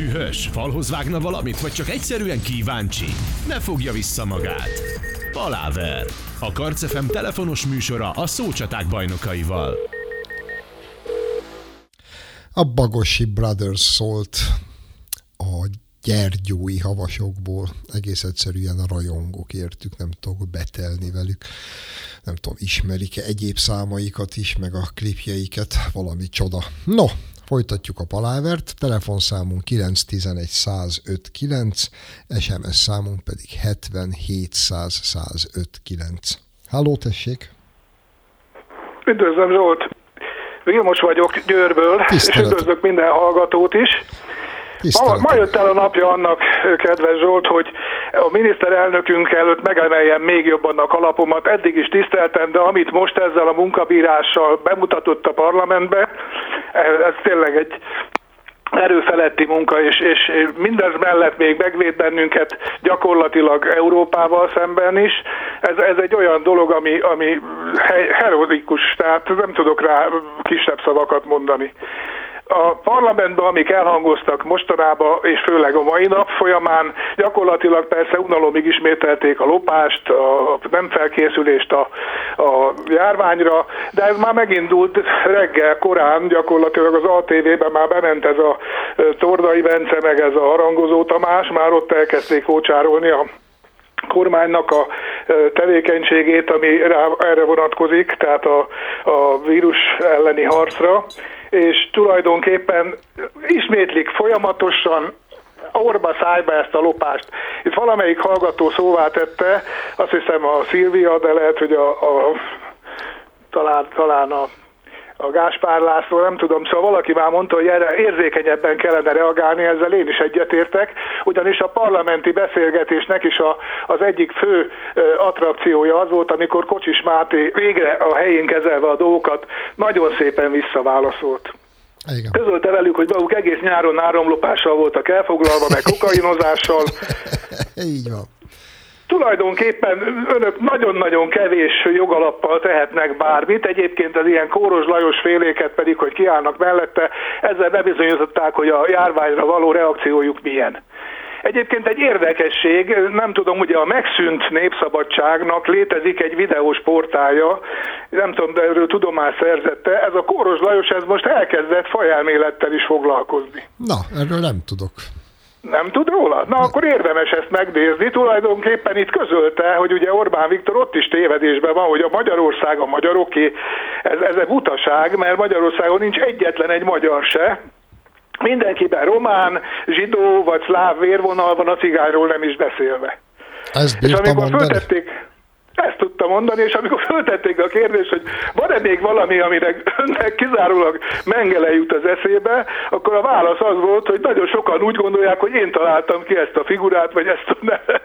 Dühös, falhoz vágna valamit, vagy csak egyszerűen kíváncsi? Ne fogja vissza magát. Paláver, a Karc FM telefonos műsora a szócsaták bajnokaival. A Bagosi Brothers szólt a gyergyói havasokból. Egész egyszerűen a rajongók értük, nem tudok betelni velük. Nem tudom, ismerik-e egyéb számaikat is, meg a klipjeiket, valami csoda. No, folytatjuk a palávert, telefonszámunk 911 105 9, SMS számunk pedig 77 100 105 9. Halló, tessék! Üdvözlöm, Zsolt! Vilmos vagyok Győrből, és üdvözlök minden hallgatót is. Ma jött el a napja annak, kedves Zsolt, hogy a miniszterelnökünk előtt megemeljem még jobban a kalapomat. Eddig is tiszteltem, de amit most ezzel a munkabírással bemutatott a parlamentbe, ez tényleg egy erőfeletti munka, és mindez mellett még megvéd bennünket gyakorlatilag Európával szemben is. Ez egy olyan dolog, ami heroikus, tehát nem tudok rá kisebb szavakat mondani. A parlamentben, amik elhangoztak mostanában, és főleg a mai nap folyamán, gyakorlatilag persze unalomig ismételték a lopást, a nem felkészülést a járványra, de ez már megindult reggel korán, gyakorlatilag az ATV-ben már bement ez a Tordai Bence, meg ez a Harangozó Tamás, már ott elkezdték kócsárolni a kormánynak a tevékenységét, ami erre vonatkozik, tehát a vírus elleni harcra, és tulajdonképpen ismétlik folyamatosan orba szájba ezt a lopást. Itt valamelyik hallgató szóvá tette, azt hiszem a Szilvia, de lehet, hogy talán a Gáspár László, nem tudom, szóval valaki már mondta, hogy erre érzékenyebben kellene reagálni, ezzel én is egyetértek, ugyanis a parlamenti beszélgetésnek is az egyik fő attrakciója az volt, amikor Kocsis Máté végre a helyén kezelve a dolgokat nagyon szépen visszaválaszolt. Igen. Közölte velük, hogy maguk egész nyáron áramlopással voltak elfoglalva, meg kokainozással. Így van. Tulajdonképpen önök nagyon-nagyon kevés jogalappal tehetnek bármit, egyébként az ilyen Kóros Lajos féléket pedig, hogy kiállnak mellette, ezzel bebizonyították, hogy a járványra való reakciójuk milyen. Egyébként egy érdekesség, nem tudom, ugye a megszűnt Népszabadságnak létezik egy videós portálja, nem tudom, de erről tudomást szerzette, ez a Kóros Lajos, ez most elkezdett fajelmélettel is foglalkozni. Na, erről nem tudok. Nem tud róla? Na, akkor érdemes ezt megnézni. Tulajdonképpen itt közölte, hogy ugye Orbán Viktor ott is tévedésben van, hogy a Magyarország a magyaroké. Ez egy butaság, mert Magyarországon nincs egyetlen egy magyar se. Mindenkiben román, zsidó vagy szláv vérvonal van, a cigányról nem is beszélve. Ezt bírta mondani? Ezt tudta mondani, és amikor föltették a kérdést, hogy van-e még valami, aminek önnek kizárólag Mengele jut az eszébe, akkor a válasz az volt, hogy nagyon sokan úgy gondolják, hogy én találtam ki ezt a figurát, vagy ezt a nevet.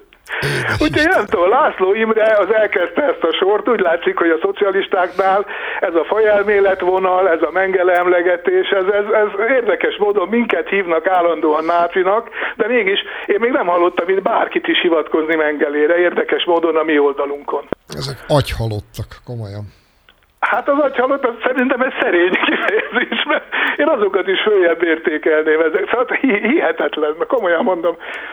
Úgyhogy nem tudom, László Imre az elkezdte ezt a sort, úgy látszik, hogy a szocialistáknál ez a fajelméletvonal, ez a Mengele emlegetés, ez érdekes módon minket hívnak állandóan nácinak, de mégis én még nem hallottam itt bárkit is hivatkozni Mengelére, érdekes módon a mi oldalunkon. Ezek agyhalottak, komolyan. Hát az agyhalott, az szerintem egy szerény kifejezés, mert én azokat is följebb értékelném, szóval hihetetlen, komolyan mondom.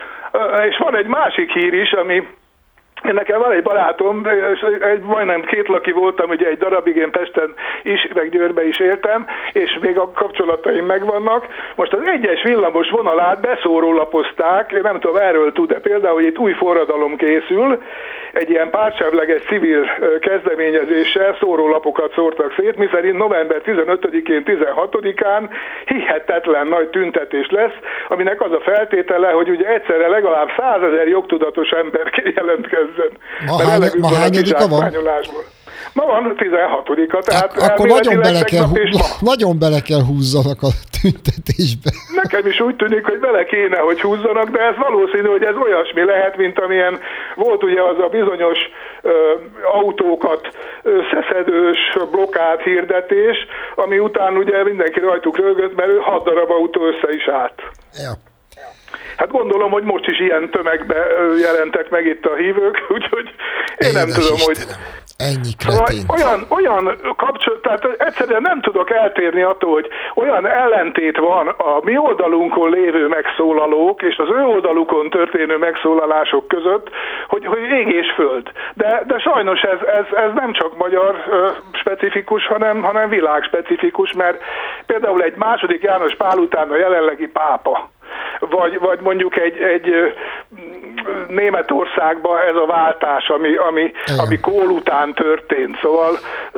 És van egy másik hír is, ami nekem van egy barátom, majdnem kétlaki voltam, ugye egy darabig én Pesten is, meg Győrbe is éltem, és még a kapcsolataim megvannak. Most az egyes villamos vonalát beszórólapozták, én nem tudom, erről tud-e például, hogy itt új forradalom készül, egy ilyen pártsemleges civil kezdeményezéssel szórólapokat szórtak szét, miszerint november 15-én, 16-án hihetetlen nagy tüntetés lesz, aminek az a feltétele, hogy ugye egyszerre legalább 100 000 jogtudatos ember jelentkezzen. Ma hányadika van? Ma van 16-a, tehát akkor nagyon bele kell húzzanak a tüntetésbe. Nekem is úgy tűnik, hogy bele kéne, hogy húzzanak, de ez valószínű, hogy ez olyasmi lehet, mint amilyen volt ugye az a bizonyos autókat összeszedős blokkád hirdetés, ami után ugye mindenki rajtuk rögött, mert 6 darab autó össze is állt. Ja. Hát gondolom, hogy most is ilyen tömegbe jelentek meg itt a hívők, úgyhogy én nem tudom, hogy Ennyi kretén. Szóval olyan kapcsolat, tehát egyszerűen nem tudok eltérni attól, hogy olyan ellentét van a mi oldalunkon lévő megszólalók és az ő oldalukon történő megszólalások között, hogy ég és föld. De sajnos ez nem csak magyar specifikus, hanem világspecifikus, mert például egy II. János Pál után a jelenlegi pápa, vagy mondjuk egy Németországban ez a váltás, ami Kohl után történt. Szóval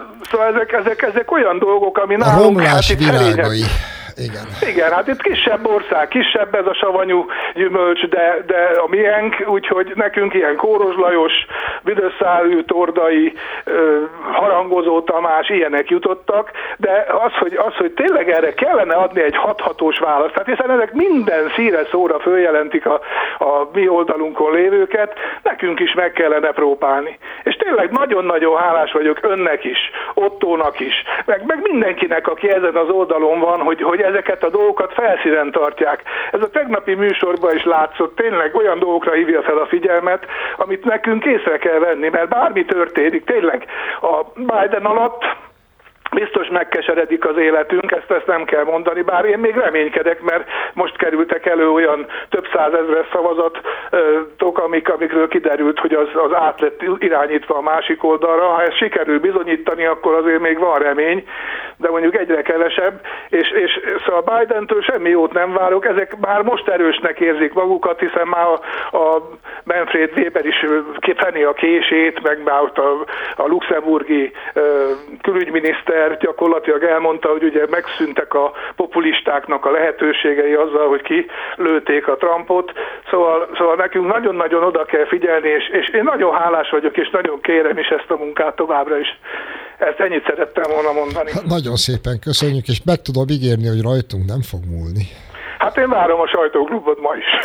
ezek olyan dolgok, ami nálunk... A romlás virágai. Igen, hát itt kisebb ország, kisebb ez a savanyú gyümölcs, de a miénk, úgyhogy nekünk ilyen Kóros Lajos, Vidösszálű, Tordai, Harangozó Tamás, ilyenek jutottak, de az, hogy tényleg erre kellene adni egy hathatós választ, hát hiszen ezek minden szíre szóra följelentik a mi oldalunkon lévőket, nekünk is meg kellene próbálni. És tényleg nagyon-nagyon hálás vagyok önnek is, Ottónak is, meg mindenkinek, aki ezen az oldalon van, hogy ezeket a dolgokat felszínen tartják. Ez a tegnapi műsorban is látszott, tényleg olyan dolgokra hívja fel a figyelmet, amit nekünk észre kell venni, mert bármi történik, tényleg a Biden alatt biztos megkeseredik az életünk, ezt nem kell mondani, bár én még reménykedek, mert most kerültek elő olyan több százezres szavazatok, amikről kiderült, hogy az át lett irányítva a másik oldalra. Ha ezt sikerül bizonyítani, akkor azért még van remény, de mondjuk egyre kevesebb, és szóval Bidentől semmi jót nem várok, ezek már most erősnek érzik magukat, hiszen már a Manfred Weber is kifeni a kését, meg már ott a luxemburgi külügyminiszter gyakorlatilag elmondta, hogy ugye megszűntek a populistáknak a lehetőségei azzal, hogy kilőtték a Trumpot, szóval nekünk nagyon-nagyon oda kell figyelni, és én nagyon hálás vagyok, és nagyon kérem is ezt a munkát továbbra is. Ezt ennyit szerettem volna mondani. Nagyon szépen köszönjük, és meg tudom ígérni, hogy rajtunk nem fog múlni. Hát én várom a sajtóklubot ma is.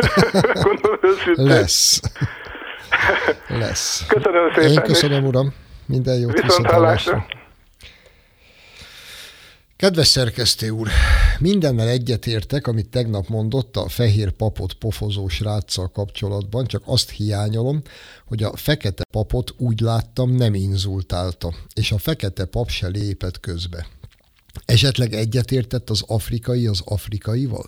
Lesz. Köszönöm szépen. Én köszönöm, uram. Minden jót. Viszonthallásra. Kedves szerkesztő úr, mindennel egyetértek, amit tegnap mondott a fehér papot pofozó sráccal kapcsolatban, csak azt hiányolom, hogy a fekete papot úgy láttam nem inzultálta, és a fekete pap se lépett közbe. Esetleg egyetértett az afrikaival?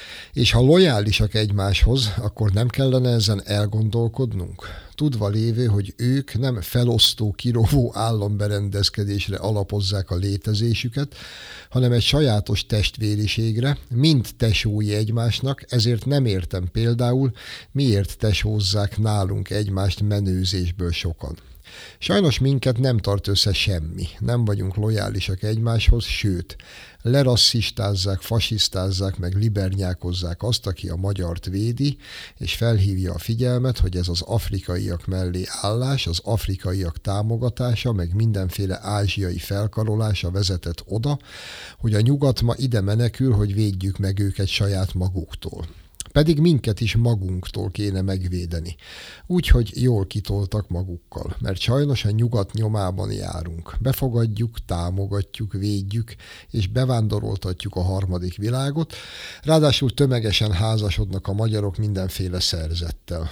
És ha lojálisak egymáshoz, akkor nem kellene ezen elgondolkodnunk? Tudva lévő, hogy ők nem felosztó, kirovó államberendezkedésre alapozzák a létezésüket, hanem egy sajátos testvériségre, mind tesói egymásnak, ezért nem értem például, miért tesózzák nálunk egymást menőzésből sokan. Sajnos minket nem tart össze semmi, nem vagyunk lojálisak egymáshoz, sőt, lerasszistázzák, fasisztázzák, meg libernyákozzák azt, aki a magyart védi, és felhívja a figyelmet, hogy ez az afrikaiak mellé állás, az afrikaiak támogatása, meg mindenféle ázsiai felkarolása vezetett oda, hogy a nyugat ma ide menekül, hogy védjük meg őket saját maguktól. Pedig minket is magunktól kéne megvédeni. Úgyhogy jól kitoltak magukkal, mert sajnos a nyugat nyomában járunk. Befogadjuk, támogatjuk, védjük, és bevándoroltatjuk a harmadik világot, ráadásul tömegesen házasodnak a magyarok mindenféle szerzettel.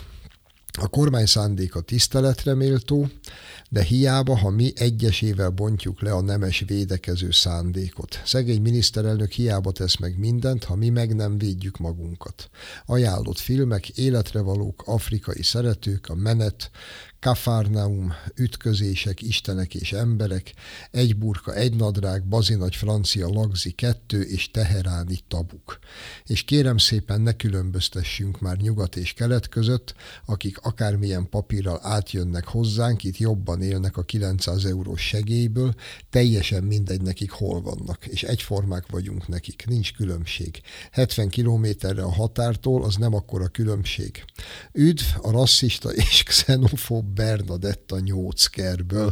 A kormány szándéka tiszteletre méltó, de hiába, ha mi egyesével bontjuk le a nemes védekező szándékot. Szegény miniszterelnök hiába tesz meg mindent, ha mi meg nem védjük magunkat. Ajánlott filmek, életre valók, afrikai szeretők, a menet, Kafarnaum, ütközések, istenek és emberek, egy burka, egy nadrág, bazinagy francia lagzi 2 és teheráni tabuk. És kérem szépen ne különböztessünk már nyugat és kelet között, akik akármilyen papírral átjönnek hozzánk, itt jobban élnek a 900 eurós segélyből, teljesen mindegy nekik hol vannak, és egyformák vagyunk nekik, nincs különbség. 70 kilométerre a határtól az nem akkora különbség. Üdv a rasszista és xenofób Bernadett a Nyóckerből.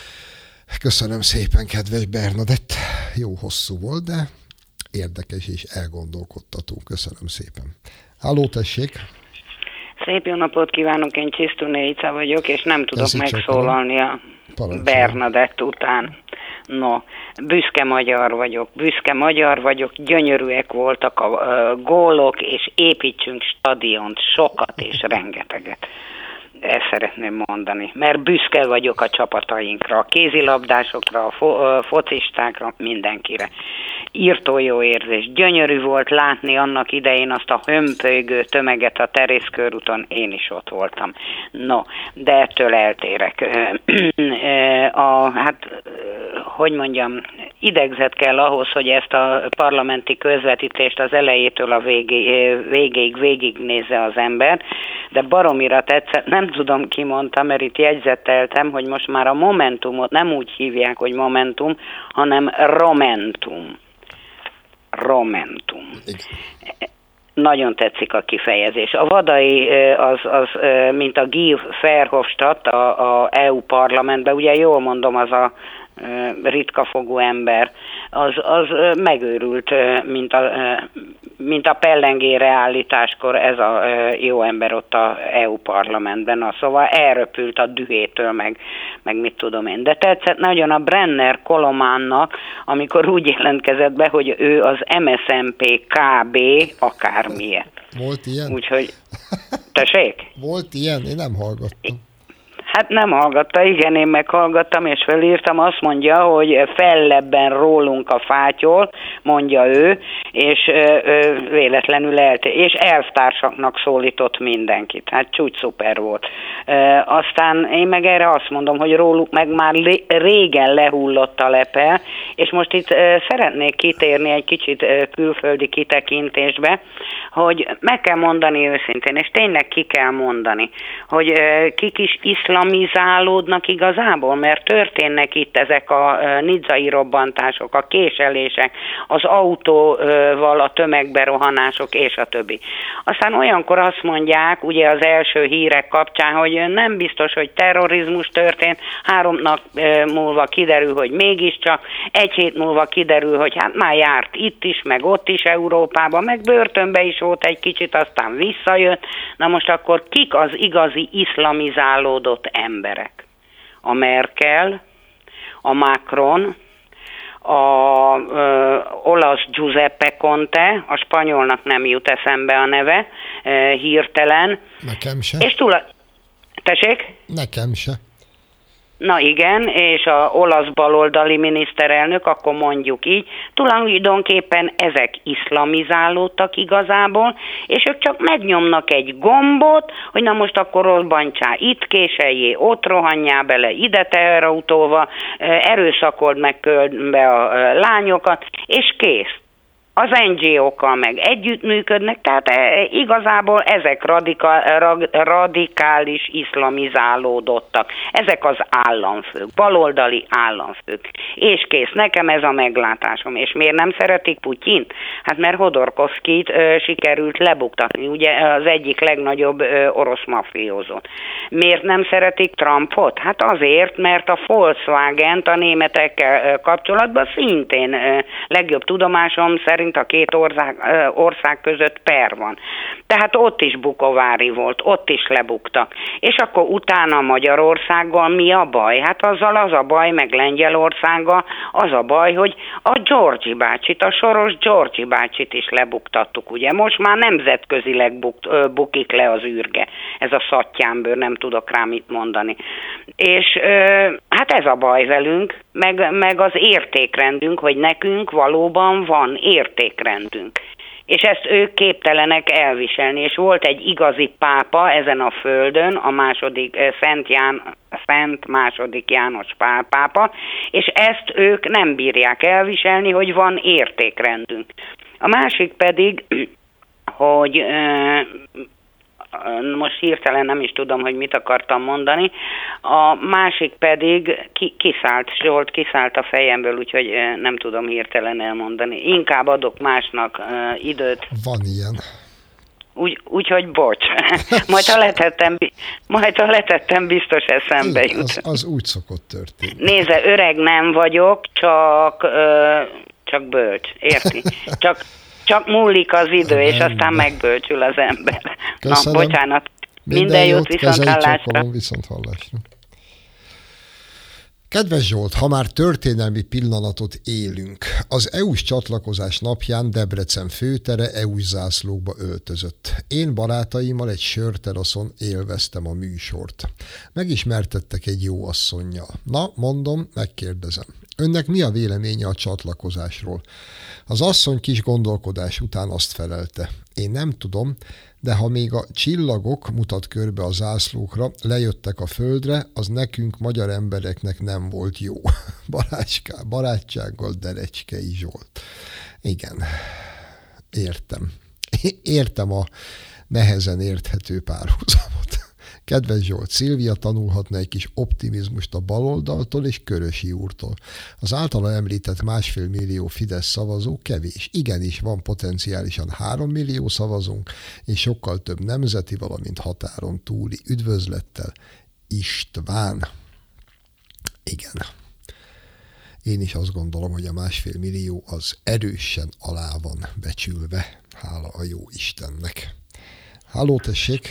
Köszönöm szépen, kedves Bernadett. Jó hosszú volt, de érdekes és elgondolkodtató. Köszönöm szépen. Halló, tessék! Szép jó napot kívánok, én Csisztú Néica vagyok, és nem tudok megszólalni a Bernadett után. No, büszke magyar vagyok, gyönyörűek voltak a gólok, és építsünk stadiont, sokat és rengeteget. ezt szeretném mondani, mert büszke vagyok a csapatainkra, a kézilabdásokra, a focistákra, mindenkire. Írtó jó érzés. Gyönyörű volt látni annak idején azt a hömpölygő tömeget a Terész körúton, én is ott voltam. No, de ettől eltérek. Hogy mondjam, idegzet kell ahhoz, hogy ezt a parlamenti közvetítést az elejétől a végignézze az ember, de baromira tetszett, nem tudom ki mondta, mert itt jegyzeteltem, hogy most már a Momentumot nem úgy hívják, hogy Momentum, hanem Romentum. Romentum. Nagyon tetszik a kifejezés. A Vadai az mint a Guy Verhofstadt a EU parlamentben, ugye jól mondom, az a ritkafogú ember, az megőrült, mint a pellengére állításkor ez a jó ember ott a EU parlamentben. Szóval elröpült a dühétől, meg mit tudom én. De tetszett nagyon a Brenner Kolománnak, amikor úgy jelentkezett be, hogy ő az MSZNP KB akármilyen. Volt ilyen? Úgyhogy, tessék? Volt ilyen? Én nem hallgattam. Hát nem hallgatta, igen, én meghallgattam, és felírtam, azt mondja, hogy fellebben rólunk a fátyol, mondja ő, és véletlenül és elvtársaknak szólított mindenkit. Hát csúcs szuper volt. Aztán én meg erre azt mondom, hogy róluk meg már régen lehullott a lepe, és most itt szeretnék kitérni egy kicsit külföldi kitekintésbe, hogy meg kell mondani őszintén, és tényleg ki kell mondani, hogy kik is iszlamizálódnak igazából, mert történnek itt ezek a nizzai robbantások, a késelések, az autóval a tömegberohanások és a többi. Aztán olyankor azt mondják, ugye az első hírek kapcsán, hogy nem biztos, hogy terrorizmus történt, 3 nap múlva kiderül, hogy mégiscsak, 1 hét múlva kiderül, hogy hát már járt itt is, meg ott is Európában, meg börtönbe is volt egy kicsit, aztán visszajött. Na most akkor kik az igazi iszlamizálódott emberek? A Merkel, a Macron, olasz Giuseppe Conte, a spanyolnak nem jut eszembe a neve, hirtelen. Nekem se. És tessék? Nekem se. Na igen, és a olasz baloldali miniszterelnök, akkor mondjuk így, tulajdonképpen ezek iszlamizálódtak igazából, és ők csak megnyomnak egy gombot, hogy na most akkor robbantsál itt, késeljé, ott rohanjál bele, ide teherautóval, erőszakold meg körbe a lányokat, és kész. Az NGO-kkal meg együttműködnek, tehát igazából ezek radikális iszlamizálódottak. Ezek az államfők, baloldali államfők. És kész, nekem ez a meglátásom. És miért nem szeretik Putyint? Hát mert Hodorkovszkit sikerült lebuktatni, ugye az egyik legnagyobb orosz mafiózót. Miért nem szeretik Trumpot? Hát azért, mert a Volkswagent a németekkel kapcsolatban szintén legjobb tudomásom szerint a 2 ország között per van. Tehát ott is bukovári volt, ott is lebuktak. És akkor utána Magyarországgal mi a baj? Hát azzal az a baj, meg Lengyelországgal az a baj, hogy a Györgyi bácsit, a Soros Györgyi bácsit is lebuktattuk, ugye? Most már nemzetközileg bukik le az űrge. Ez a szattyánbőr, nem tudok rá mit mondani. És hát ez a baj velünk, meg az értékrendünk, hogy nekünk valóban van értékrendünk. És ezt ők képtelenek elviselni. És volt egy igazi pápa ezen a földön, a Szent második János pápa, és ezt ők nem bírják elviselni, hogy van értékrendünk. A másik pedig, hogy most hirtelen nem is tudom, hogy mit akartam mondani. A másik pedig Zsolt kiszállt a fejemből, úgyhogy nem tudom hirtelen elmondani. Inkább adok másnak időt. Van ilyen. Úgyhogy bocs. Majd ha letettem, biztos eszembe jut. Az úgy szokott történni. Nézze, öreg nem vagyok, csak bölcs. Érti? Csak múlik az idő, és aztán megbölcsül az ember. Köszönöm. Na, bocsánat. Minden jót, viszonthallásra. Viszonthallásra. Kedves Zsolt, ha már történelmi pillanatot élünk, az EU-s csatlakozás napján Debrecen főtere EU-s zászlókba öltözött. Én barátaimmal egy sörteraszon élveztem a műsort. Megismertettek egy jó asszonnyal. Na, mondom, megkérdezem. Önnek mi a véleménye a csatlakozásról? Az asszony kis gondolkodás után azt felelte. Én nem tudom, de ha még a csillagok, mutat körbe a zászlókra, lejöttek a földre, az nekünk, magyar embereknek nem volt jó. Barátsággal Derecskei Zsolt. Igen, értem a nehezen érthető párhuzamot. Kedves Zsolt, Szilvia tanulhatna egy kis optimizmust a baloldaltól és Körösi úrtól. Az általa említett 1,5 millió Fidesz szavazó kevés. Igenis, van potenciálisan 3 millió szavazónk, és sokkal több nemzeti, valamint határon túli. Üdvözlettel, István. Igen. Én is azt gondolom, hogy a 1,5 millió az erősen alá van becsülve. Hála a jó Istennek. Halló, tessék!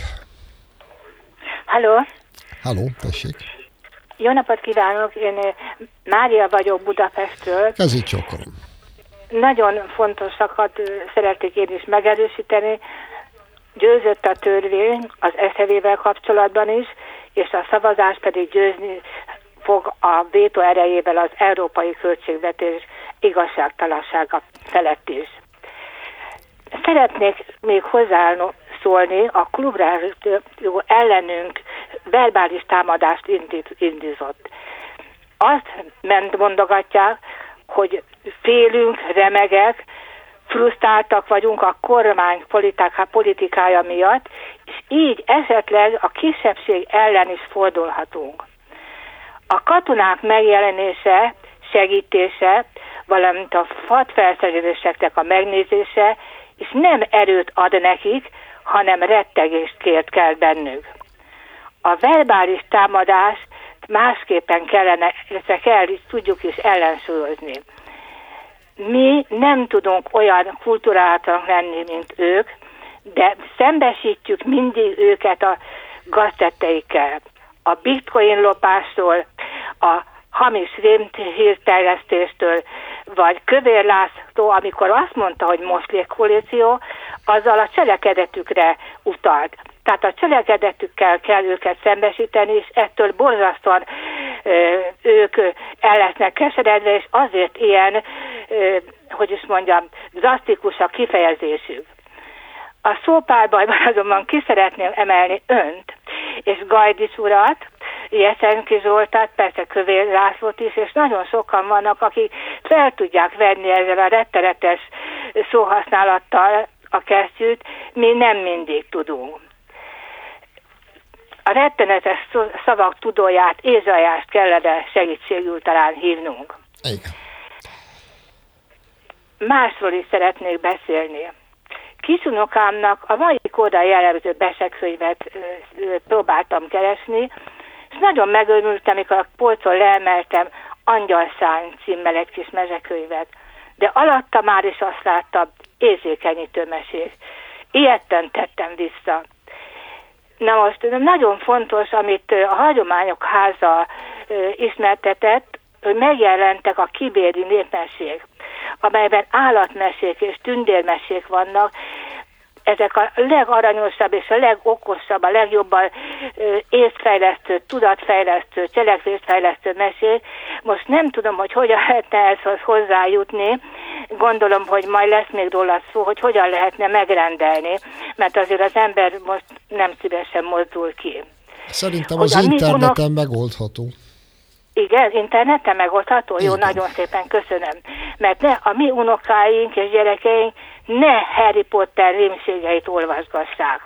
Halló! Halló, tessék! Jó napot kívánok! Én Mária vagyok Budapestről. Kezét csókolom. Nagyon fontosakat szeretnék én is megerősíteni. Győzött a törvény az SZV-vel kapcsolatban is, és a szavazás pedig győzni fog a vétó erejével az európai költségvetés igazságtalansága felett is. Szeretnék még hozzászólni, a klubrádió ellenünk verbális támadást indított. Azt mondogatják, hogy félünk, remegek, frusztráltak vagyunk a kormány politikája miatt, és így esetleg a kisebbség ellen is fordulhatunk. A katonák megjelenése, segítése, valamint a hadfelszereléseknek a megnézése, és nem erőt ad nekik, hanem rettegést kelt bennük. A verbális támadást másképpen kellene, is tudjuk is ellensúlyozni. Mi nem tudunk olyan kulturáltan lenni, mint ők, de szembesítjük mindig őket a gaztetteikkel. A bitcoin lopástól, a hamis hírterjesztéstől, vagy Kövér László, amikor azt mondta, hogy moslékkoalíció, azzal a cselekedetükre utalt. Tehát a cselekedetükkel kell őket szembesíteni, és ettől borzasztóan ők el lesznek keseredve, és azért ilyen, drasztikus a kifejezésük. A szópárbajban azonban ki szeretném emelni önt, és Gajdics urat, Jeszenki Zsoltát, persze Kövér Lászlót is, és nagyon sokan vannak, akik fel tudják venni ezzel a rettenetes szóhasználattal a kesztyűt, mi nem mindig tudunk. A rettenetes szavak tudóját, Ézsaiást kellene segítségül talán hívnunk. Igen. Másról is szeretnék beszélni. Kisunokámnak a mai korra jellemző besekönyvet próbáltam keresni, és nagyon megörültem, amikor a polcon leemeltem Angyalszárny címmel egy kis mesekönyvet. De alatta már is azt láttam, érzékenyítő mesék. Ilyetten tettem vissza. Na most nagyon fontos, amit a Hagyományok Háza ismertetett, hogy megjelentek a kibéri népmesék, amelyben állatmesék és tündérmesék vannak. Ezek a legaranyosabb és a legokosabb, a legjobban észfejlesztő, tudatfejlesztő, cselekvésfejlesztő mesék. Most nem tudom, hogy hogyan lehetne ehhez hozzájutni. Gondolom, hogy majd lesz még róla szó, hogy hogyan lehetne megrendelni, mert azért az ember most nem szívesen mozdul ki. Szerintem az interneten megoldható. Igen, interneten megoldható? Jó, nagyon szépen köszönöm. Mert a mi unokáink és gyerekeink ne Harry Potter rémségeit olvasgassák.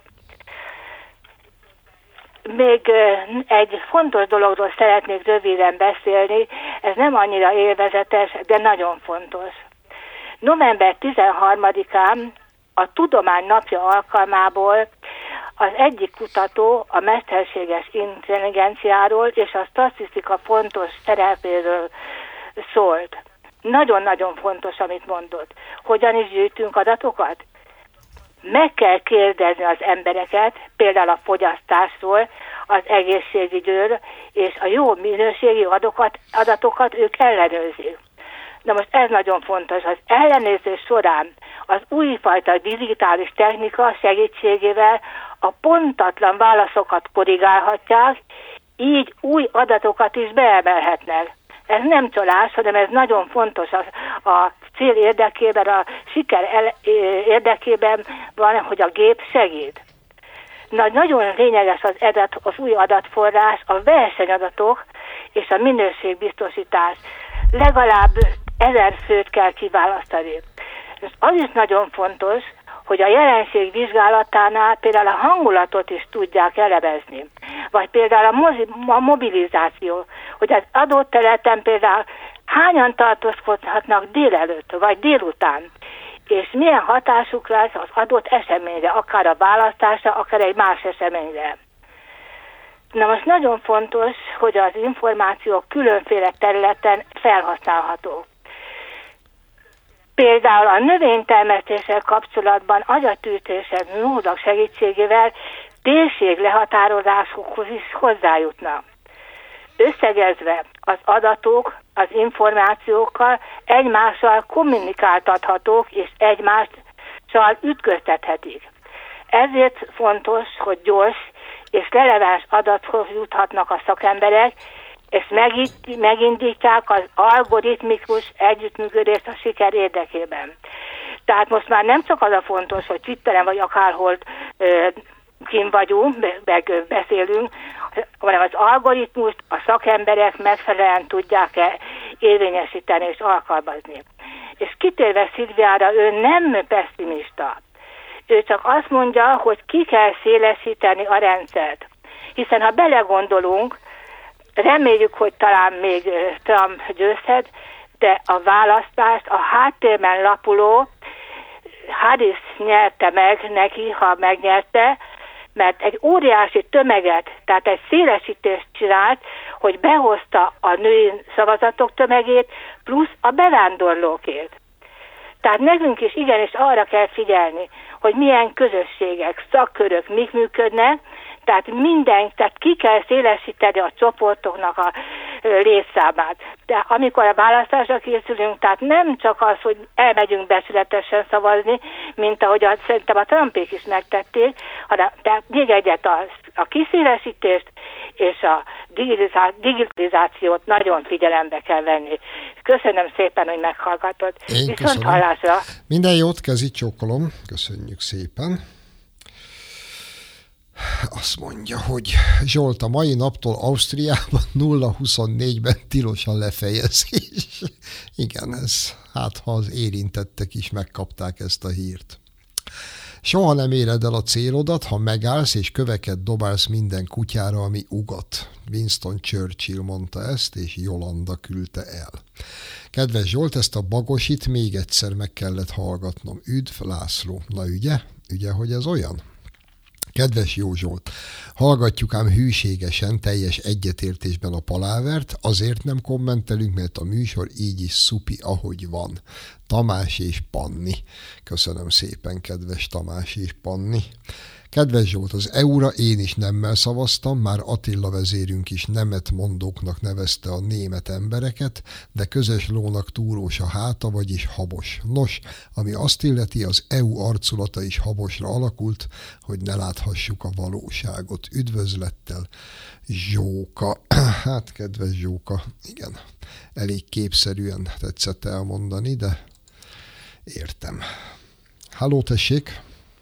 Még egy fontos dologról szeretnék röviden beszélni, ez nem annyira élvezetes, de nagyon fontos. November 13-án a Tudomány Napja alkalmából az egyik kutató a mesterséges intelligenciáról és a statisztika fontos szerepéről szólt. Nagyon-nagyon fontos, amit mondott. Hogyan is gyűjtünk adatokat? Meg kell kérdezni az embereket, például a fogyasztásról, az egészségügyről, és a jó minőségi adatokat ők ellenőrzik. Na most ez nagyon fontos. Az ellenőrzés során az újfajta digitális technika segítségével a pontatlan válaszokat korrigálhatják, így új adatokat is beemelhetnek. Ez nem csalás, hanem ez nagyon fontos a cél érdekében, a siker érdekében van, hogy a gép segít. Nagyon lényeges az új adatforrás, a versenyadatok és a minőségbiztosítás. Legalább 1000 főt kell kiválasztani. Az is nagyon fontos, hogy a jelenség vizsgálatánál például a hangulatot is tudják elemezni. Vagy például a mobilizáció, hogy az adott területen például hányan tartózkodhatnak délelőtt vagy délután, és milyen hatásuk lesz az adott eseményre, akár a választásra, akár egy más eseményre. Na most nagyon fontos, hogy az információk különféle területen felhasználhatók. Például a növénytermesztéssel kapcsolatban agyatűtéses módok segítségével térség lehatározásokhoz is hozzájutnak. Összegezve az adatok, az információkkal egymással kommunikáltathatók és egymással ütköztethetik. Ezért fontos, hogy gyors és releváns adathoz juthatnak a szakemberek, és megindítják az algoritmikus együttműködést a siker érdekében. Tehát most már nem csak az a fontos, hogy Twitteren vagy akárhol kint vagyunk, meg beszélünk, hanem az algoritmust a szakemberek megfelelően tudják érvényesíteni és alkalmazni. És kitérve Szilviára, ő nem pessimista. Ő csak azt mondja, hogy ki kell szélesíteni a rendszert. Hiszen ha belegondolunk, reméljük, hogy talán még Trump győzhet, de a választást a háttérben lapuló Harris nyerte meg neki, ha megnyerte, mert egy óriási tömeget, tehát egy szélesítést csinált, hogy behozta a női szavazatok tömegét, plusz a bevándorlókét. Tehát nekünk is igenis arra kell figyelni, hogy milyen közösségek, szakkörök mik működnek, tehát ki kell szélesíteni a csoportoknak a létszámát. De amikor a választásra készülünk, tehát nem csak az, hogy elmegyünk becsületesen szavazni, mint ahogy szerintem a Trumpék is megtették, hanem de még egyet a kiszélesítést és a digitalizációt nagyon figyelembe kell venni. Köszönöm szépen, hogy meghallgatod. Viszont hallásra. Minden jót, kezi csókolom. Köszönjük szépen. Azt mondja, hogy Zsolt, a mai naptól Ausztriában 0-24-ben tilos a lefejezés. Igen, ez, hát ha az érintettek is megkapták ezt a hírt. Soha nem éred el a célodat, ha megállsz és köveket dobálsz minden kutyára, ami ugat. Winston Churchill mondta ezt, és Jolanda küldte el. Kedves Zsolt, ezt a bagosit még egyszer meg kellett hallgatnom. Üdv, László. Na ügye, hogy ez olyan? Kedves Jó Zsolt, hallgatjuk ám hűségesen, teljes egyetértésben a palávert, azért nem kommentelünk, mert a műsor így is szupi, ahogy van. Tamás és Panni. Köszönöm szépen, kedves Tamás és Panni. Kedves Zsolt, az EU-ra én is nemmel szavaztam, már Attila vezérünk is nemet mondóknak nevezte a német embereket, de közös lónak túrós a háta, vagyis habos. Nos, ami azt illeti, az EU arculata is habosra alakult, hogy ne láthassuk a valóságot. Üdvözlettel, Zsóka. Hát, kedves Zsóka, igen, elég képszerűen tetszett elmondani, de értem. Halló, tessék!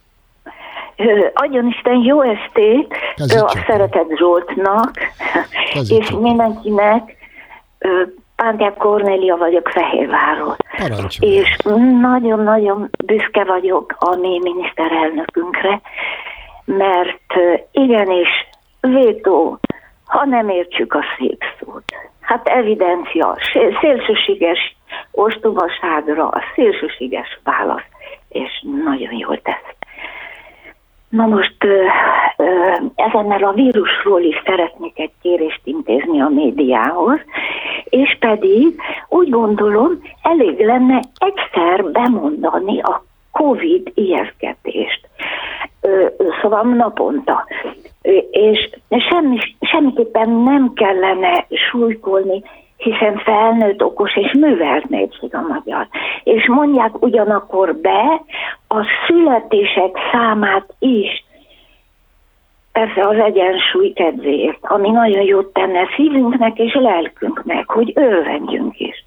Adjon Isten jó estét a Szeretett Zsoltnak, és mindenkinek. Pántják Kornélia vagyok Fehérvárról. És nagyon-nagyon büszke vagyok a mi miniszterelnökünkre, mert igenis vétó, ha nem értsük a szép szót. Hát evidencia, szélsőséges ostobaságra, a szélsőséges válasz, és nagyon jól tesz. Na most ezennel a vírusról is szeretnék egy kérést intézni a médiához, és pedig úgy gondolom, elég lenne egyszer bemondani a Covid ijesztgetést. Szóval naponta. És semmiképpen nem kellene súlykolni, hiszen felnőtt, okos és művelt népség a magyar. És mondják ugyanakkor be a születések számát is, persze az egyensúly kedvéért, ami nagyon jót tenne szívünknek és lelkünknek, hogy örvendjünk is.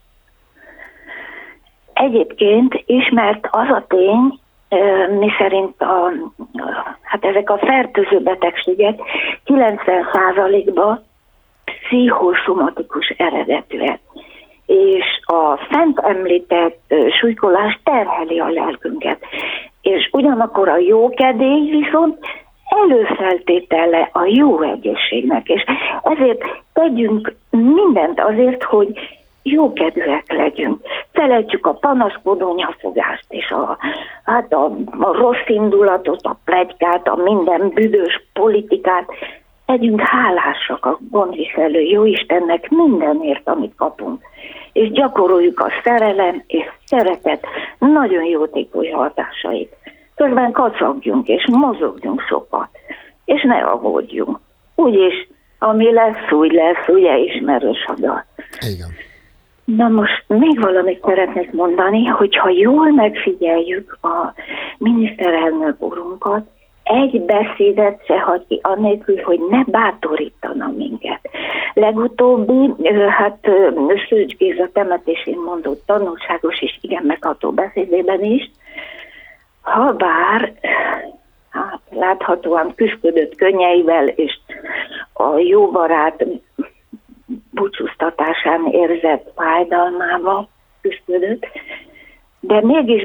Egyébként ismert az a tény, miszerint hát ezek a fertőző betegségek 90%-ban pszichoszomatikus eredetűek, és a fent említett súlykolás terheli a lelkünket. És ugyanakkor a jókedély viszont előfeltétele a jó egészségnek, és ezért tegyünk mindent azért, hogy jókedvűek legyünk. Felejtsük a panaszkodó nyafogást, és a rossz indulatot, a pletykát, a minden büdös politikát. Legyünk hálásak a gondviselő Jóistennek mindenért, amit kapunk. És gyakoroljuk a szerelem és szeretet nagyon jótékony hatásait. Közben kacagjunk és mozogjunk sokat, és ne aggódjunk. Úgyis, ami lesz, úgy lesz, ugye ismerős a dal. Igen. Na most még valamit szeretnék mondani, hogyha jól megfigyeljük a miniszterelnök urunkat, egy beszédet se hagy ki, annélkül, hogy ne bátorítana minket. Legutóbbi, Szőcs Géza temetésén mondott tanulságos és igen megható beszédében is, habár láthatóan küszködött könnyeivel, és a jó barát búcsúztatásán érzett fájdalmával küszködött, de mégis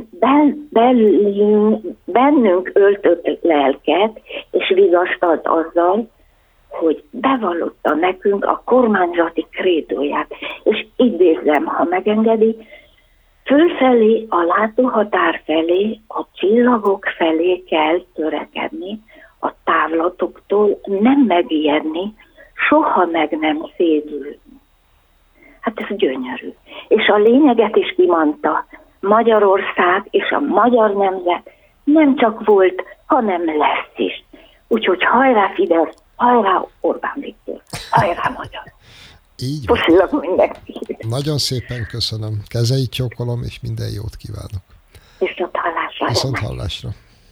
bennünk öltött lelket, és vigasztalt azzal, hogy bevallotta nekünk a kormányzati krédóját. És idézem, ha megengedi, fölfelé, a látóhatár felé, a csillagok felé kell törekedni, a távlatoktól nem megijedni, soha meg nem szédülni. Hát ez gyönyörű. És a lényeget is kimondta, Magyarország és a magyar nemzet nem csak volt, hanem lesz is. Úgyhogy hajrá Fidesz, hajrá Orbán Viktor, hajrá magyar. Így van. Puszilak mindenkit. Nagyon szépen köszönöm. Kezeit csókolom, és minden jót kívánok. Viszont hallásra. Viszont hallásra.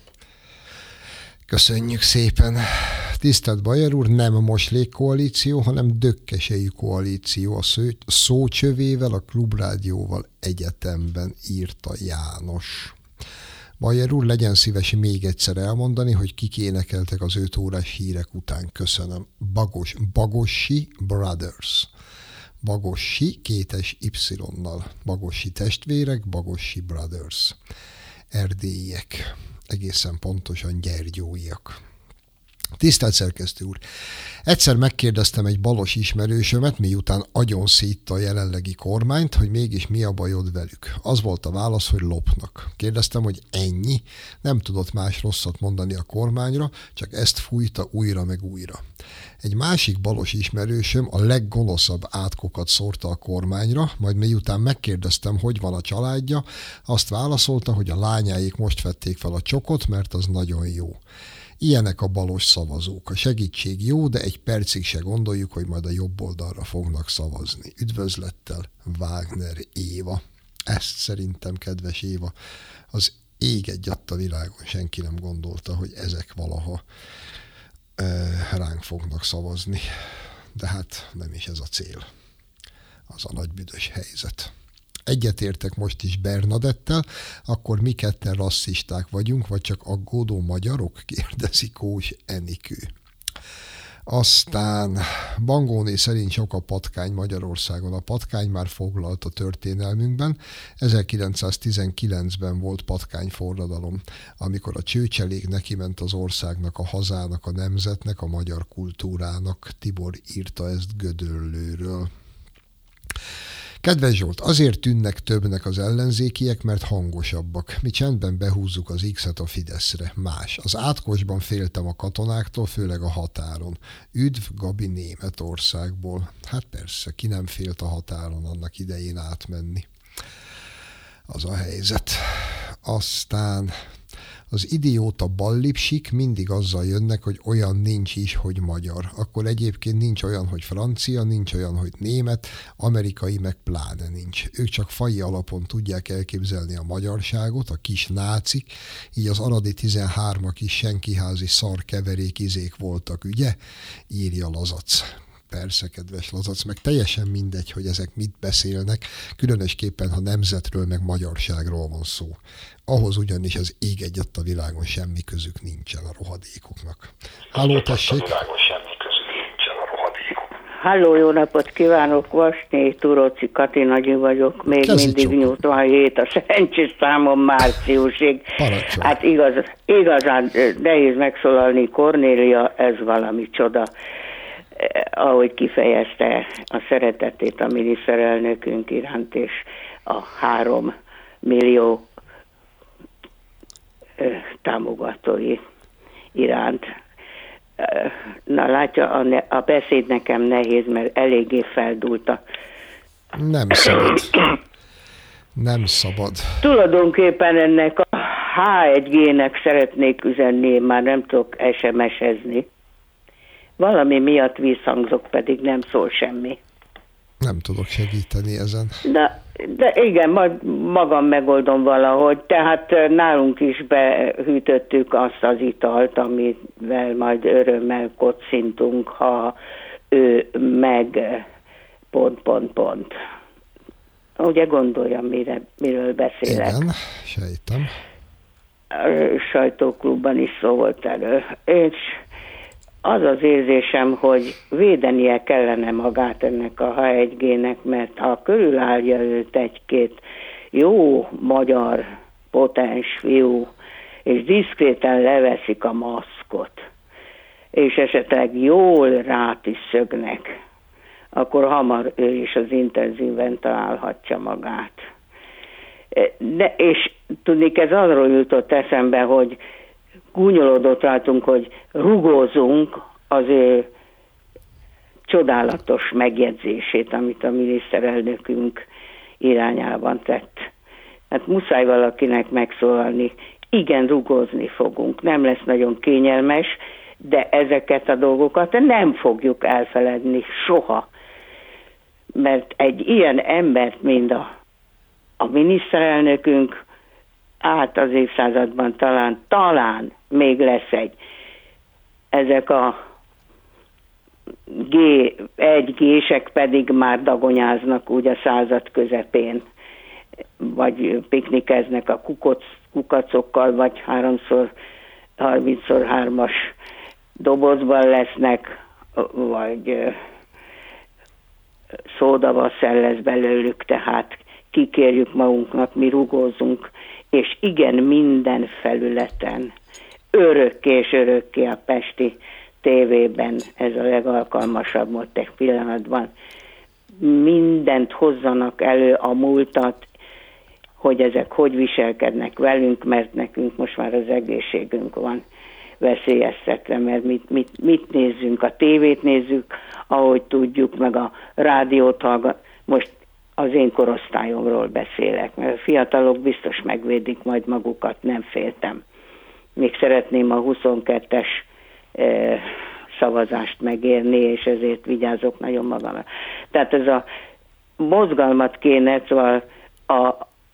Köszönjük szépen. Tisztelt Bajer úr, nem Moslék-koalíció, hanem Dökkesejű koalíció a szócsövével, a Klubrádióval egyetemben, írta János. Bajer úr, legyen szíves még egyszer elmondani, hogy kik énekeltek az 5 órás hírek után. Köszönöm. Bagossi Brothers. Bagossi 2-es Y-nal. Bagossi testvérek, Bagossi Brothers. Erdélyiek. Egészen pontosan gyergyóiak. Tisztelt szerkesztő úr! Egyszer megkérdeztem egy balos ismerősömet, miután agyon szítta a jelenlegi kormányt, hogy mégis mi a bajod velük. Az volt a válasz, hogy lopnak. Kérdeztem, hogy ennyi? Nem tudott más rosszat mondani a kormányra, csak ezt fújta újra meg újra. Egy másik balos ismerősöm a leggonoszabb átkokat szórta a kormányra, majd miután megkérdeztem, hogy van a családja, azt válaszolta, hogy a lányáik most vették fel a csokot, mert az nagyon jó. Ilyenek a balos szavazók. A segítség jó, de egy percig se gondoljuk, hogy majd a jobb oldalra fognak szavazni. Üdvözlettel, Wagner Éva. Ezt szerintem, kedves Éva, az ég egyatt a világon senki nem gondolta, hogy ezek valaha ránk fognak szavazni. De hát nem is ez a cél. Az a nagy büdös helyzet. Egyetértek most is Bernadettel, akkor mi ketten rasszisták vagyunk, vagy csak aggódó magyarok? Kérdezi Kós Enikő. Aztán Bangóné szerint sok a patkány Magyarországon. A patkány már foglalt a történelmünkben. 1919-ben volt patkányforradalom, amikor a csőcselék neki ment az országnak, a hazának, a nemzetnek, a magyar kultúrának. Tibor írta ezt Gödöllőről. Kedves Zsolt, azért tűnnek többnek az ellenzékiek, mert hangosabbak. Mi csendben behúzzuk az X-et a Fideszre. Más. Az átkosban féltem a katonáktól, főleg a határon. Üdv Gabi Németországból. Hát persze, ki nem félt a határon annak idején átmenni. Az a helyzet. Aztán Az idióta ballipsik mindig azzal jönnek, hogy olyan nincs is, hogy magyar. Akkor egyébként nincs olyan, hogy francia, nincs olyan, hogy német, amerikai meg pláne nincs. Ők csak faji alapon tudják elképzelni a magyarságot, a kis nácik, így az aradi 13-ak is senkiházi szarkeverék izék voltak, ugye? Írja Lazac. Persze, kedves Lazac, meg teljesen mindegy, hogy ezek mit beszélnek, különösképpen, ha nemzetről, meg magyarságról van szó. Ahhoz ugyanis az ég egyet a világon semmi közük nincsen a rohadékoknak. Halló, tessék! Halló, jó napot kívánok, Vasné Turóci Kati Nagyi vagyok, még mindig 87 a szerencsés számom márciusig. Parancsolj. Hát igazán nehéz megszólalni, Kornélia, ez valami csoda, ahogy kifejezte a szeretetét a miniszterelnökünk iránt, és a 3 millió támogatói iránt. Na látja, a beszéd nekem nehéz, mert eléggé feldúlt a... Nem szabad. Nem szabad. Tulajdonképpen ennek a H1G-nek szeretnék üzenni, már nem tudok SMS-ezni. Valami miatt visszhangzok, pedig nem szól semmi. Nem tudok segíteni ezen. De igen, majd magam megoldom valahogy. Tehát nálunk is behűtöttük azt az italt, amivel majd örömmel kocintunk, ha ő meg ... Ugye gondoljam, miről beszélek. Igen, sejtem. A sajtóklubban is szó volt elő. És az az érzésem, hogy védenie kellene magát ennek a H1G-nek, mert ha körülállja őt egy-két jó magyar potens fiú, és diszkréten leveszik a maszkot, és esetleg jól rát is szögnek, akkor hamar ő is az intenzíven találhatja magát. És tudnék, ez arról jutott eszembe, hogy gúnyolódott rajtunk, hogy rugózunk az ő csodálatos megjegyzését, amit a miniszterelnökünk irányában tett. Hát muszáj valakinek megszólalni. Igen, rugózni fogunk. Nem lesz nagyon kényelmes, de ezeket a dolgokat nem fogjuk elfeledni soha. Mert egy ilyen embert, mint a miniszterelnökünk, át az évszázadban talán még lesz egy. Ezek a G1G-sek pedig már dagonyáznak úgy a század közepén, vagy piknikeznek a kukacokkal, vagy 3x30x3-as dobozban lesznek, vagy szódavasszel lesz belőlük, tehát kikérjük magunknak, mi rugózunk, és igen, minden felületen, örökké és örökké a pesti tévében, ez a legalkalmasabb most egy pillanatban, mindent hozzanak elő a múltat, hogy ezek hogy viselkednek velünk, mert nekünk most már az egészségünk van veszélyeztetve, mert mit nézzünk, a tévét nézzük, ahogy tudjuk, meg a rádiót hallgat. Most az én korosztályomról beszélek, mert a fiatalok biztos megvédik majd magukat, nem féltem. Még szeretném a 22-es szavazást megérni, és ezért vigyázok nagyon magamra. Tehát ez a mozgalmat kéne, szóval a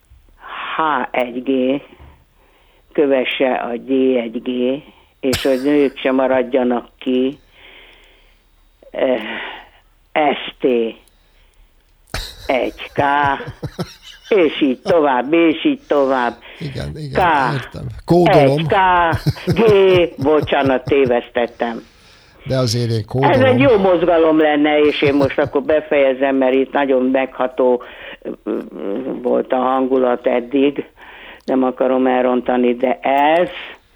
H1G kövesse a G1G, és hogy nők se maradjanak ki, ST 1K, és így tovább, és így tovább. Igen, K, értem. Kódolom. 1K, G, bocsánat, tévesztettem. De azért én kódolom. Ez egy jó mozgalom lenne, és én most akkor befejezem, mert itt nagyon megható volt a hangulat eddig, nem akarom elrontani, de ez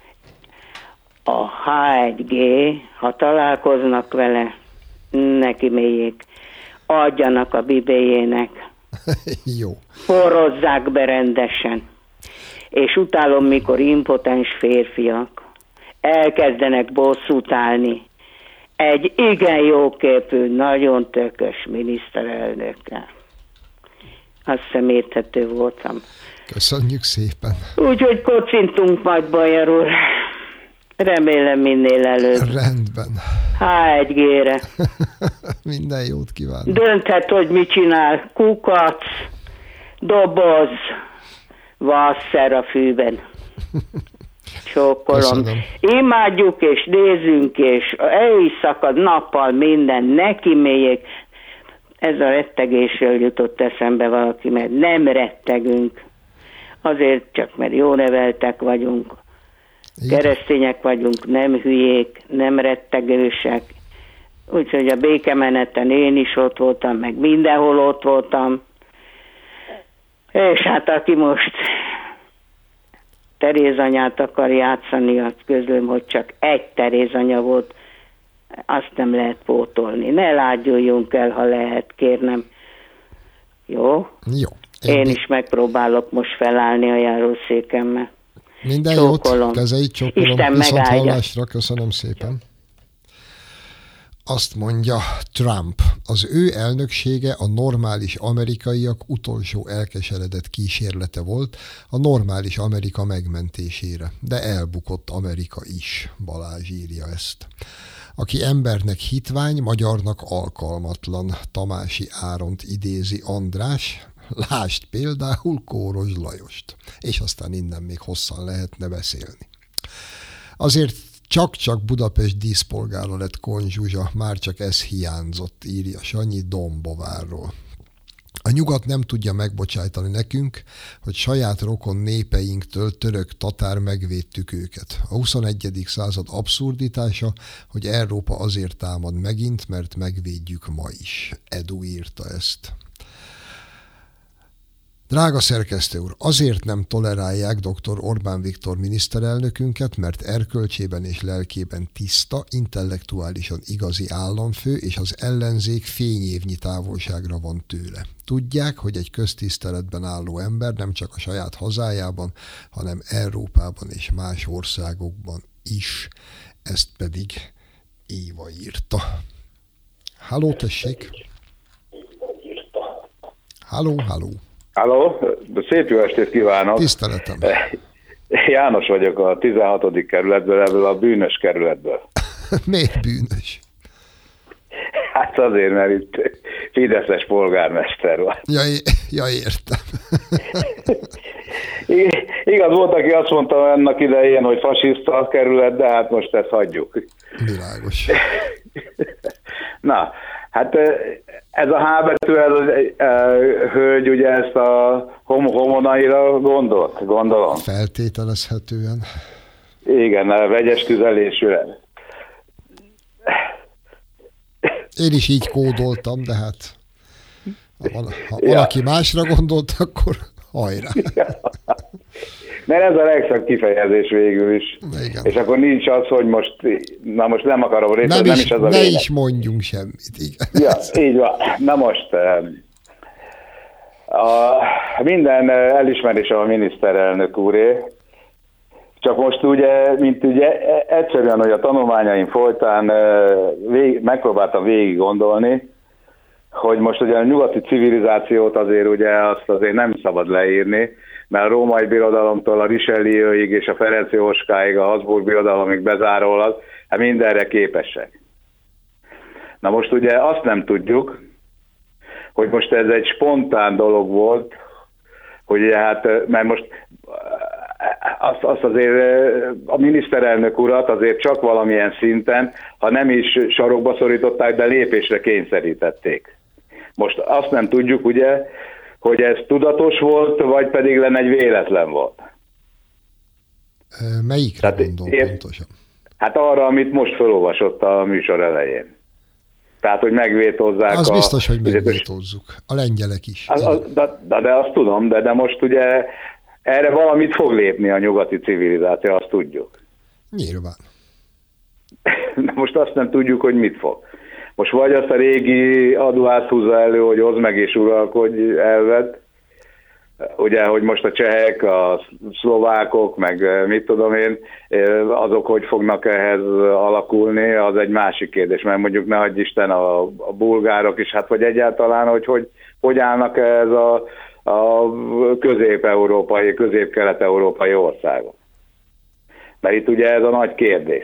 a H1G, ha találkoznak vele, neki mélyék, adjanak a bibéjének. Jó. Forrozzák be rendesen. És utálom, mikor impotens férfiak elkezdenek bosszút állni egy igen jóképű, nagyon tökös miniszterelnökkel. Azt hiszem érthető voltam. Köszönjük szépen. Úgyhogy kocintunk majd, Bajer úr. Remélem minél előbb. Rendben. H1G-re. Minden jót kívánok. Dönthet, hogy mit csinál. Kukac, doboz, vasszer a fűben. Csókolom. Köszönöm. Imádjuk és nézzünk, és éjszaka, nappal minden, neki mélyek. Ez a rettegésről jutott eszembe valaki, mert nem rettegünk. Azért csak, mert jó neveltek vagyunk. Keresztények vagyunk, nem hülyék, nem rettegősek. Úgyhogy a békemeneten én is ott voltam, meg mindenhol ott voltam. És hát aki most Terézanyát akar játszani, azt közlöm, hogy csak egy Terézanya volt, azt nem lehet pótolni. Ne lágyuljunk el, ha lehet, kérnem. Jó? Jó. Én is megpróbálok most felállni a járószékemmel. Minden Csókolom. jót, kezeit csókolom. Isten Viszont megáldja. hallásra, köszönöm szépen. Azt mondja Trump, az ő elnöksége a normális amerikaiak utolsó elkeseredett kísérlete volt a normális Amerika megmentésére, de elbukott Amerika is, Balázs írja ezt. Aki embernek hitvány, magyarnak alkalmatlan, Tamási Áront idézi András, lásd például Kóros Lajost, és aztán innen még hosszan lehetne beszélni. Azért csak-csak Budapest díszpolgára lett Kohn Zsuzsa, már csak ez hiányzott, írja Sanyi Dombovárról. A nyugat nem tudja megbocsájtani nekünk, hogy saját rokon népeinktől, török-tatár megvédtük őket. A 21. század abszurditása, hogy Európa azért támad megint, mert megvédjük ma is. Edu írta ezt. Drága szerkesztő úr, azért nem tolerálják dr. Orbán Viktor miniszterelnökünket, mert erkölcsében és lelkében tiszta, intellektuálisan igazi államfő, és az ellenzék fényévnyi távolságra van tőle. Tudják, hogy egy köztiszteletben álló ember nem csak a saját hazájában, hanem Európában és más országokban is. Ezt pedig Éva írta. Halló, tessék! Halló, halló! Halló, szép jó estét kívánok! Tiszteletem! János vagyok a 16. kerületből, ebből a bűnös kerületből. Miért bűnös? Hát azért, mert itt fideszes polgármester van. Ja értem. Igaz, volt, aki azt mondta ennek idején, hogy fasiszta a kerület, de hát most ezt hagyjuk. Világos. Na, hát ez a H betű, ez a hölgy ugye ezt a homonaira gondolom. Feltételezhetően. Igen, a vegyes tüzelésűen. Én is így kódoltam, de hát ha valaki másra gondolt, akkor hajrá. Mert ez a legszebb kifejezés végül is. Igen. És akkor nincs az, hogy most nem akarom részletezni, nem is ez a ne lényeg. is mondjunk semmit. Igen. Ja, így van. Na most, minden elismerésem a miniszterelnök úré, csak most ugye, mint ugye egyszerűen, hogy a tanulmányaim folytán megpróbáltam végig gondolni, hogy most ugye a nyugati civilizációt azért ugye azt azért nem szabad leírni, mert a római birodalomtól a Richelieuig és a Ferenc Jóskáig, a Habsburg birodalomig bezárólag, hát mindenre képesek. Na most ugye azt nem tudjuk, hogy most ez egy spontán dolog volt, hogy ugye hát, mert most azt azért a miniszterelnök urat azért csak valamilyen szinten, ha nem is sarokba szorították, de lépésre kényszerítették. Most azt nem tudjuk ugye, hogy ez tudatos volt, vagy pedig lenne egy véletlen volt. Melyikre gondol pontosan? Hát arra, amit most felolvasott a műsor elején. Tehát, hogy megvétózzák. Az biztos, hogy megvétózzuk. A lengyelek is. De azt tudom, de most ugye erre valamit fog lépni a nyugati civilizáció, azt tudjuk. Nyilván. De most azt nem tudjuk, hogy mit fog. Most vagy azt a régi adóást húzza elő, hogy hozd meg és uralkodj elved, ugye, hogy most a csehek, a szlovákok, meg mit tudom én, azok hogy fognak ehhez alakulni, az egy másik kérdés, mert mondjuk ne adj Isten a bulgárok is, hát vagy egyáltalán, hogy állnak ehhez a közép-európai, közép-kelet-európai országok. Mert itt ugye ez a nagy kérdés.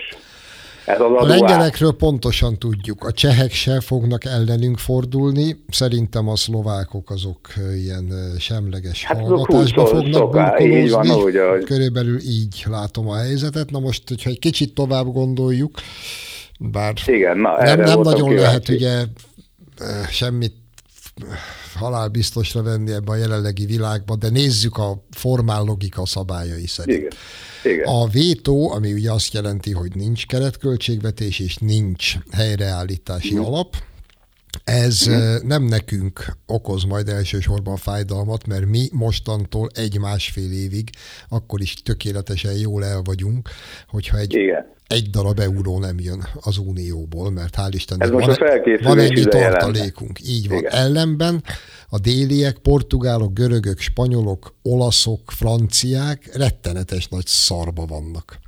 A lengyelekről pontosan tudjuk. A csehek se fognak ellenünk fordulni. Szerintem a szlovákok azok ilyen semleges hallgatásba fognak burkolózni. Körülbelül így látom a helyzetet. Na most, hogyha egy kicsit tovább gondoljuk, bár igen, nem nagyon lehet ugye semmit halálbiztosra venni ebbe a jelenlegi világba, de nézzük a formál logika szabályai szerint. Igen. Igen. A vétó, ami ugye azt jelenti, hogy nincs keretköltségvetés és nincs helyreállítási alap, ez nem nekünk okoz majd elsősorban fájdalmat, mert mi mostantól 1-1,5 évig akkor is tökéletesen jól el vagyunk, hogyha egy darab euró nem jön az Unióból, mert hál' Istennek van ennyi tartalékunk. Így van. Igen. Ellenben a déliek, portugálok, görögök, spanyolok, olaszok, franciák rettenetes nagy szarba vannak.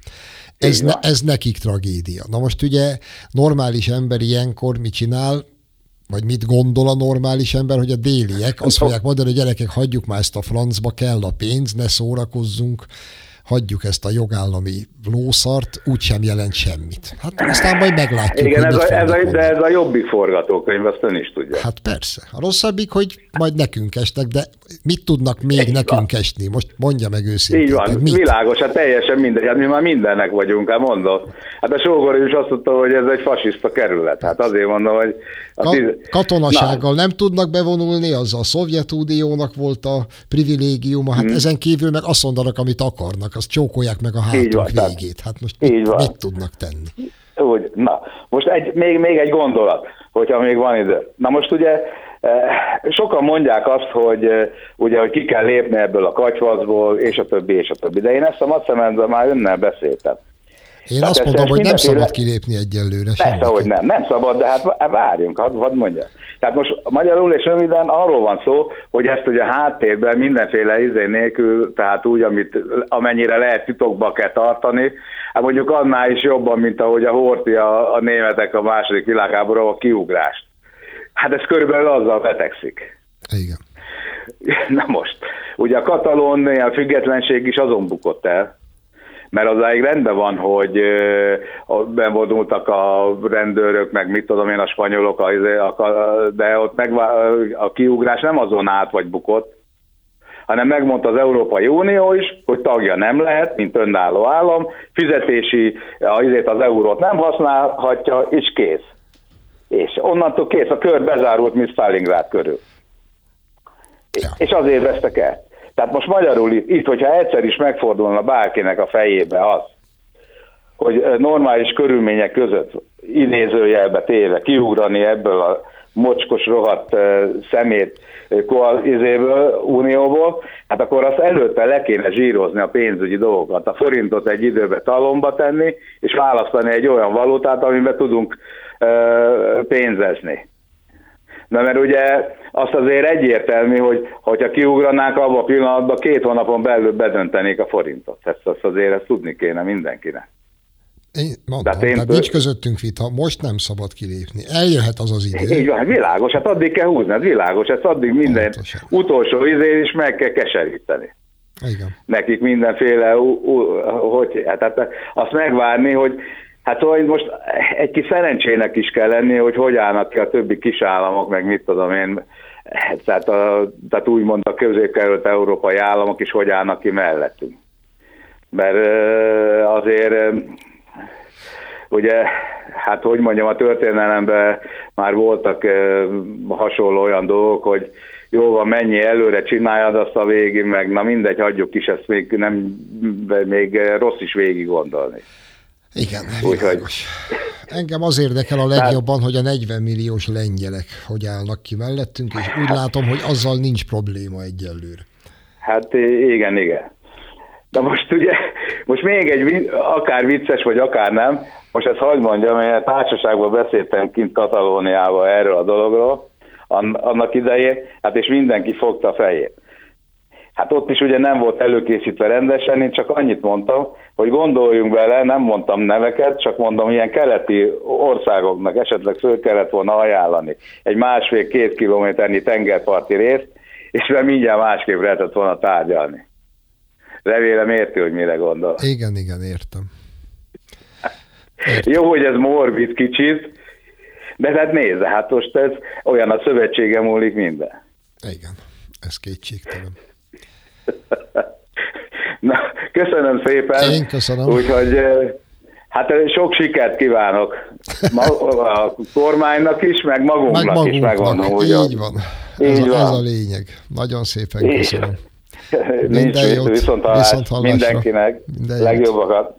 Ez nekik tragédia. Na most ugye normális ember ilyenkor mit csinál, vagy mit gondol a normális ember, hogy a déliek azt fogják mondani, hogy gyerekek, hagyjuk már ezt a francba, kell a pénz, ne szórakozzunk, hagyjuk ezt a jogállami lószart, úgysem jelent semmit. Hát aztán majd meglátjuk, igen, de ez a jobbik forgatókönyv, azt ön is tudja. Hát persze. A rosszabbik, hogy majd nekünk estek, de mit tudnak még nekünk esni? Most mondja meg őszintén. Így van, világos, hát teljesen mindegy. Hát mi már mindennek vagyunk, hát mondom. Hát a Sógor is azt mondta, hogy ez egy fasiszta kerület. Hát azért mondom, hogy... Katonasággal nem tudnak bevonulni, az a Szovjetuniónak volt a privilégiuma, hát ezen kívül meg azt mondanak, amit akarnak, azt csókolják meg a hátunk végét. Hát most mit tudnak tenni? Úgy, na, most még egy gondolat, hogyha még van idő. Na most ugye sokan mondják azt, hogy ugye, hogy ki kell lépni ebből a katyvaszból, és a többi. De én ezt a Macemendben már önnel beszéltem. Én azt mondom, hogy nem szabad kilépni egyelőre. Persze, hogy nem szabad, de hát várjunk, hadd mondja. Tehát most magyarul és röviden arról van szó, hogy ezt ugye háttérben mindenféle izé nélkül, tehát úgy, amennyire lehet titokba kell tartani, hát mondjuk annál is jobban, mint ahogy a Horthy a németek a második világháborúban a kiugrást. Hát ez körülbelül azzal betegszik. Igen. Na most, ugye a katalónia függetlenség is azon bukott el, mert azáig rendben van, hogy bevonultak a rendőrök, meg mit tudom én, a spanyolok, de ott a kiugrás nem azon át vagy bukott, hanem megmondta az Európai Unió is, hogy tagja nem lehet, mint önálló állam, fizetési az eurót nem használhatja, és kész. És onnantól kész, a kör bezárult, mint Stalingrad körül. Ja. És azért vesztek el. Tehát most magyarul itt, hogyha egyszer is megfordulna bárkinek a fejébe az, hogy normális körülmények között idézőjelbe téve kiugrani ebből a mocskos rohadt szemét unióból, hát akkor azt előtte le kéne zsírozni a pénzügyi dolgokat, a forintot egy időbe talomba tenni, és választani egy olyan valutát, amiben tudunk pénzezni. Na mert ugye azt azért egyértelmű, hogyha kiugranák abban a pillanatban, 2 hónapon belül bedöntenék a forintot. Ezt azért tudni kéne mindenkinek. Én mondtam, tehát nincs közöttünk vita, most nem szabad kilépni. Eljöhet az idő. Így van, világos, hát addig kell húzni, hát világos, ezt addig minden pontosan. Utolsó izé is meg kell keseríteni. Igen. Nekik mindenféle, tehát azt megvárni, hogy hát szóval most egy kis szerencsének is kell lenni, hogy állnak ki a többi kisállamok, meg mit tudom én, tehát úgymond a közép-kelet európai államok is hogy állnak ki mellettünk. Mert azért ugye, hát hogy mondjam, a történelemben már voltak hasonló olyan dolgok, hogy jó van, mennyi előre csináljad azt a végig, meg na mindegy, hagyjuk is, ezt még rossz is végig gondolni. Igen, világos. Engem az érdekel a legjobban, hogy a 40 milliós lengyelek hogy állnak ki mellettünk, és úgy látom, hogy azzal nincs probléma egyelőre. Hát igen. De most ugye, most még egy, akár vicces, vagy akár nem, most ezt hagyd mondjam, én társaságban beszéltem kint Katalóniában erről a dologról, annak idején, hát és mindenki fogta a fejét. Hát ott is ugye nem volt előkészítve rendesen, én csak annyit mondtam, hogy gondoljunk bele, nem mondtam neveket, csak mondom, ilyen keleti országoknak esetleg föl kellett volna ajánlani egy 1,5-2 kilométernyi tengerparti részt, és már mindjárt másképp lehetett volna tárgyalni. Remélem érti, hogy mire gondol. Igen, értem. Jó, hogy ez morbid kicsit, de hát nézze, hát most ez olyan a szövetsége múlik minden. Igen, ez kétségtelen. Na, köszönöm szépen. Én köszönöm. Úgyhogy hát sok sikert kívánok a kormánynak is, meg magunknak is, megmondom. Így van. Ez a lényeg. Nagyon szépen köszönöm. Minden jót, viszont mindenkinek. Legjobbakat.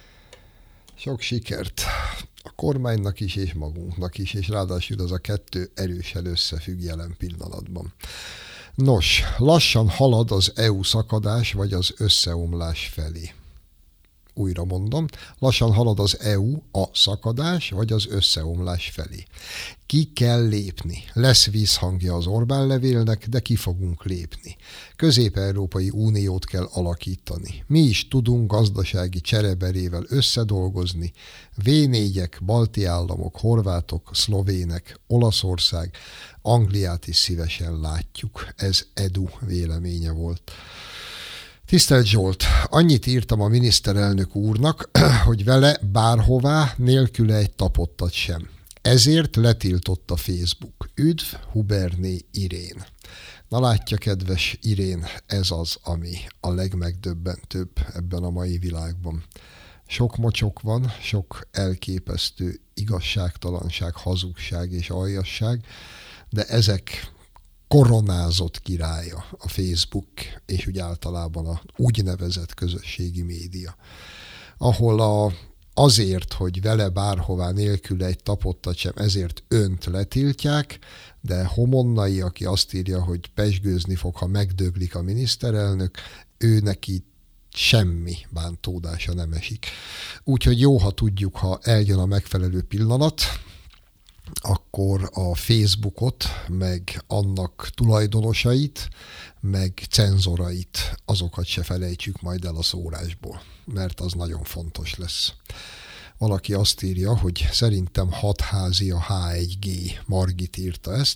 Sok sikert a kormánynak is, és magunknak is, és ráadásul az a kettő erősen összefügg jelen pillanatban. Nos, lassan halad az EU szakadás vagy az összeomlás felé. Újra mondom, lassan halad az EU a szakadás vagy az összeomlás felé. Ki kell lépni. Lesz vízhangja az Orbán levélnek, de ki fogunk lépni. Közép-Európai Uniót kell alakítani. Mi is tudunk gazdasági csereberével összedolgozni. V4-ek, balti államok, horvátok, szlovének, Olaszország, Angliát is szívesen látjuk. Ez Edu véleménye volt. Tisztelt Zsolt, annyit írtam a miniszterelnök úrnak, hogy vele bárhová, nélküle egy tapottat sem. Ezért letiltott a Facebook. Üdv, Huberné Irén. Na látja, kedves Irén, ez az, ami a legmegdöbbentőbb ebben a mai világban. Sok mocsok van, sok elképesztő igazságtalanság, hazugság és aljasság, de ezek koronázott királya a Facebook, és úgy általában a úgynevezett közösségi média, ahol azért, hogy vele bárhová, nélküle egy tapottat sem, ezért önt letiltják, de Homonnai, aki azt írja, hogy pezsgőzni fog, ha megdöglik a miniszterelnök, ő neki semmi bántódása nem esik. Úgyhogy jó, ha tudjuk, ha eljön a megfelelő pillanat, akkor a Facebookot, meg annak tulajdonosait, meg cenzorait, azokat se felejtsük majd el a szórásból, mert az nagyon fontos lesz. Valaki azt írja, hogy szerintem hatházi a H1G, Margit írta ezt.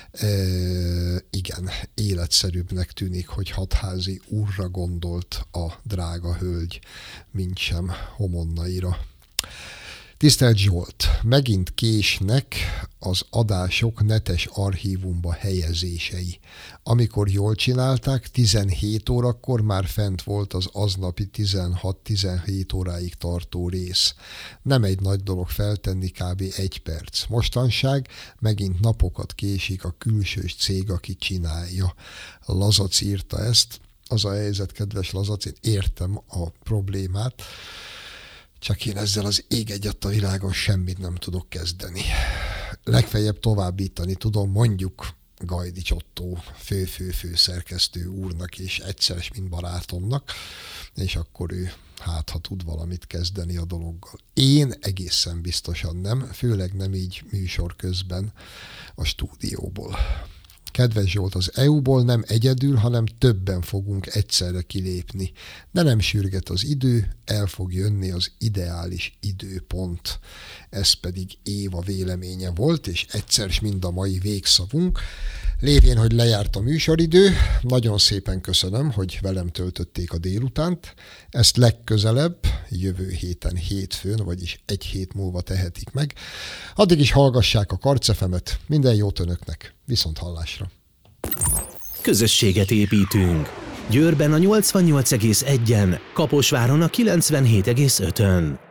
Igen, életszerűbbnek tűnik, hogy hatházi úrra gondolt a drága hölgy, mintsem Homonnaira. Tisztelt Zsolt, megint késnek az adások netes archívumba helyezései. Amikor jól csinálták, 17 órakor már fent volt az aznapi 16-17 óráig tartó rész. Nem egy nagy dolog feltenni, kb. 1 perc. Mostanság megint napokat késik a külsős cég, aki csinálja. Lazac írta ezt. Az a helyzet, kedves Lazac, én értem a problémát, csak én ezzel az ég egyat a világon semmit nem tudok kezdeni. Legfeljebb továbbítani tudom, mondjuk Gajdics Ottó fő szerkesztő úrnak és egyszeres mint barátomnak, és akkor ő ha tud valamit kezdeni a dologgal. Én egészen biztosan nem, főleg nem így műsor közben a stúdióból. Kedves Zsolt, az EU-ból nem egyedül, hanem többen fogunk egyszerre kilépni. De nem sürget az idő, el fog jönni az ideális időpont. Ez pedig Éva véleménye volt, és egyszer mind a mai végszavunk. Lévén, hogy lejárt a műsoridő, nagyon szépen köszönöm, hogy velem töltötték a délutánt. Ezt legközelebb, jövő héten hétfőn, vagyis egy hét múlva tehetik meg. Addig is hallgassák a Karc FM-et. Minden jót önöknek. Viszont hallásra. Közösséget építünk. Győrben a 88,1-en, Kaposváron a 97,5-ön.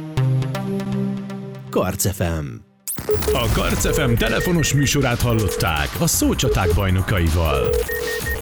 Karc FM. A Karc FM telefonos műsorát hallották a szócsaták bajnokaival.